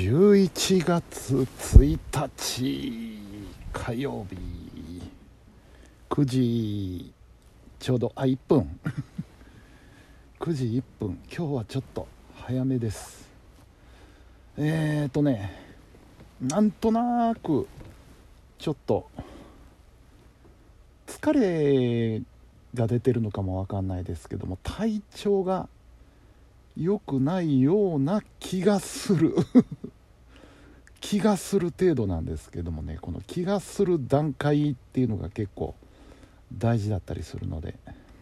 11月1日火曜日9時ちょうど1分9時1分。今日はちょっと早めです。なんとなくちょっと疲れが出てるのかもわかんないですけども、体調が良くないような気がする気がする程度なんですけどもね、この気がする段階っていうのが結構大事だったりするので、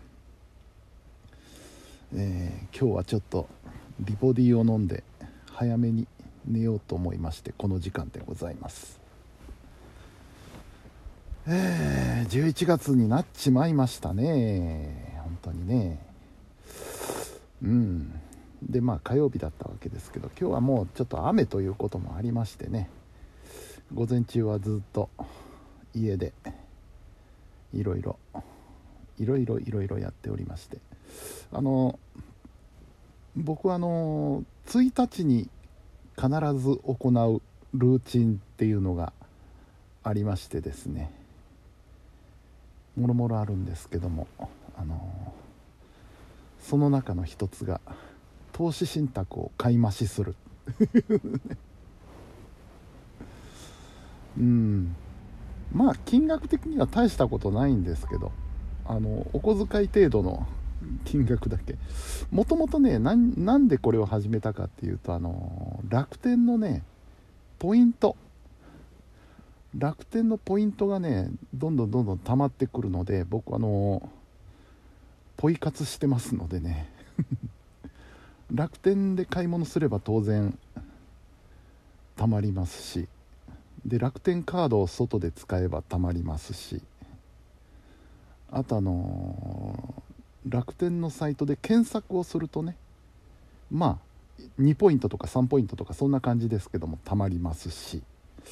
今日はちょっとリポディを飲んで早めに寝ようと思いまして、この時間でございます。11月になっちまいましたね、本当にね。で火曜日だったわけですけど、今日はもうちょっと雨ということもありましてね、午前中はずっと家でいろいろやっておりまして、僕は1日に必ず行うルーチンっていうのがありましてですね、もろもろあるんですけども、その中の一つが投資信託を買い増しする金額的には大したことないんですけど、お小遣い程度の金額だけ。もともとね、なんでこれを始めたかっていうと、楽天のねポイントがねどんどん溜まってくるので、僕ポイ活してますのでね楽天で買い物すれば当然溜まりますし、で楽天カードを外で使えば溜まりますし、あと楽天のサイトで検索をするとね、2ポイントとか3ポイントとかそんな感じですけども溜まりますし、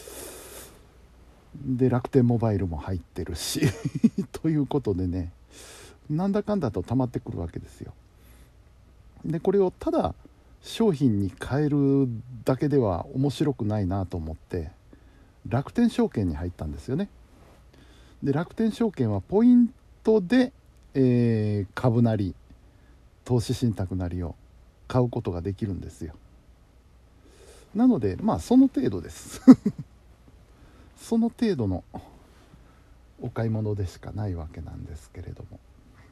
で楽天モバイルも入ってるしということでね、なんだかんだと溜まってくるわけですよ。でこれをただ商品に変えるだけでは面白くないなと思って楽天証券に入ったんですよね。で楽天証券はポイントで、株なり投資信託なりを買うことができるんですよ。なのでその程度ですその程度のお買い物でしかないわけなんですけれども、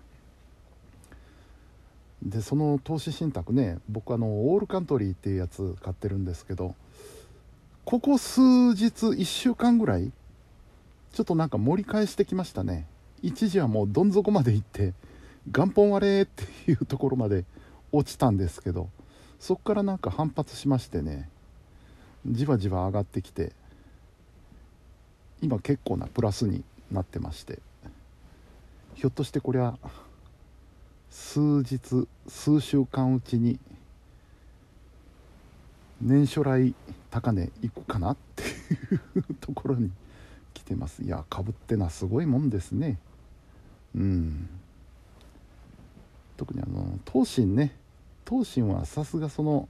でその投資信託ね、僕オールカントリーっていうやつ買ってるんですけど、ここ数日1週間ぐらいちょっとなんか盛り返してきましたね。一時はもうどん底まで行って元本割れっていうところまで落ちたんですけど、そこからなんか反発しましてね、じわじわ上がってきて今結構なプラスになってまして、ひょっとしてこれは数週間うちに年初来高値いくかなっていうところに来てます。いや、株ってのはすごいもんですね。特に東進はさすがその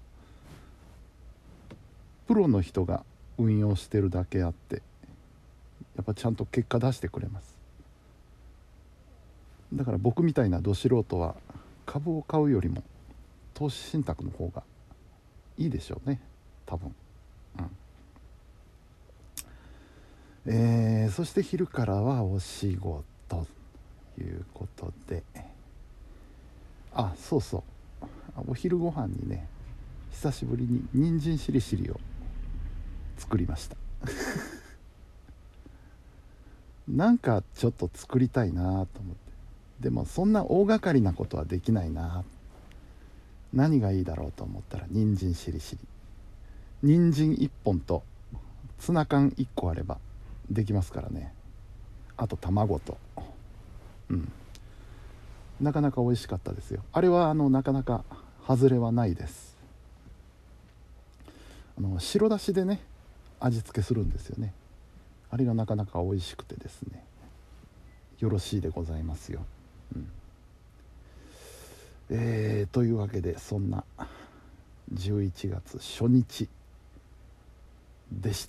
プロの人が運用してるだけあって、やっぱちゃんと結果出してくれます。だから僕みたいなど素人は株を買うよりも投資信託の方がいいでしょうね、多分。そして昼からはお仕事ということで、そうそう、お昼ご飯にね久しぶりに人参しりしりを作りましたなんかちょっと作りたいなと思って、でもそんな大掛かりなことはできないな、何がいいだろうと思ったら人参しりしり、人参1本とツナ缶1個あればできますからね。あと卵と、なかなか美味しかったですよ。あれはなかなか外れはないです。白だしでね味付けするんですよね。あれがなかなか美味しくてですね、よろしいでございますよ。というわけで、そんな11月初日でした。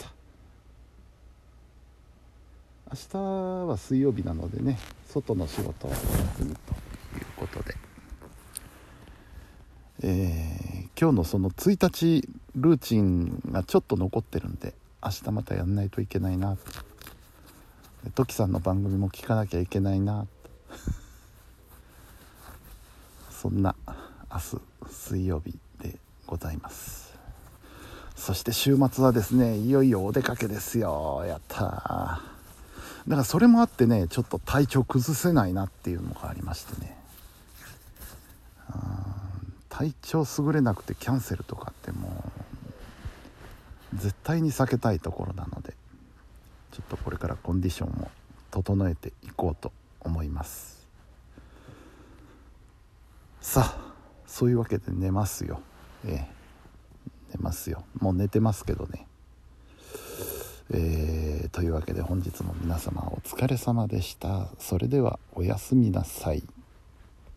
明日は水曜日なのでね、外の仕事を休みということで、今日のその1日ルーチンがちょっと残ってるんで、明日またやんないといけないなと、トキさんの番組も聞かなきゃいけないなとそんな明日水曜日でございます。そして週末はですね、いよいよお出かけですよ。やったー。だからそれもあってね、ちょっと体調崩せないなっていうのがありましてね、体調優れなくてキャンセルとかってもう絶対に避けたいところなので、ちょっとこれからコンディションを整えていこうと思います。さあ、そういうわけで寝ますよ。寝ますよ。もう寝てますけどね。というわけで本日も皆様お疲れ様でした。それではおやすみなさい。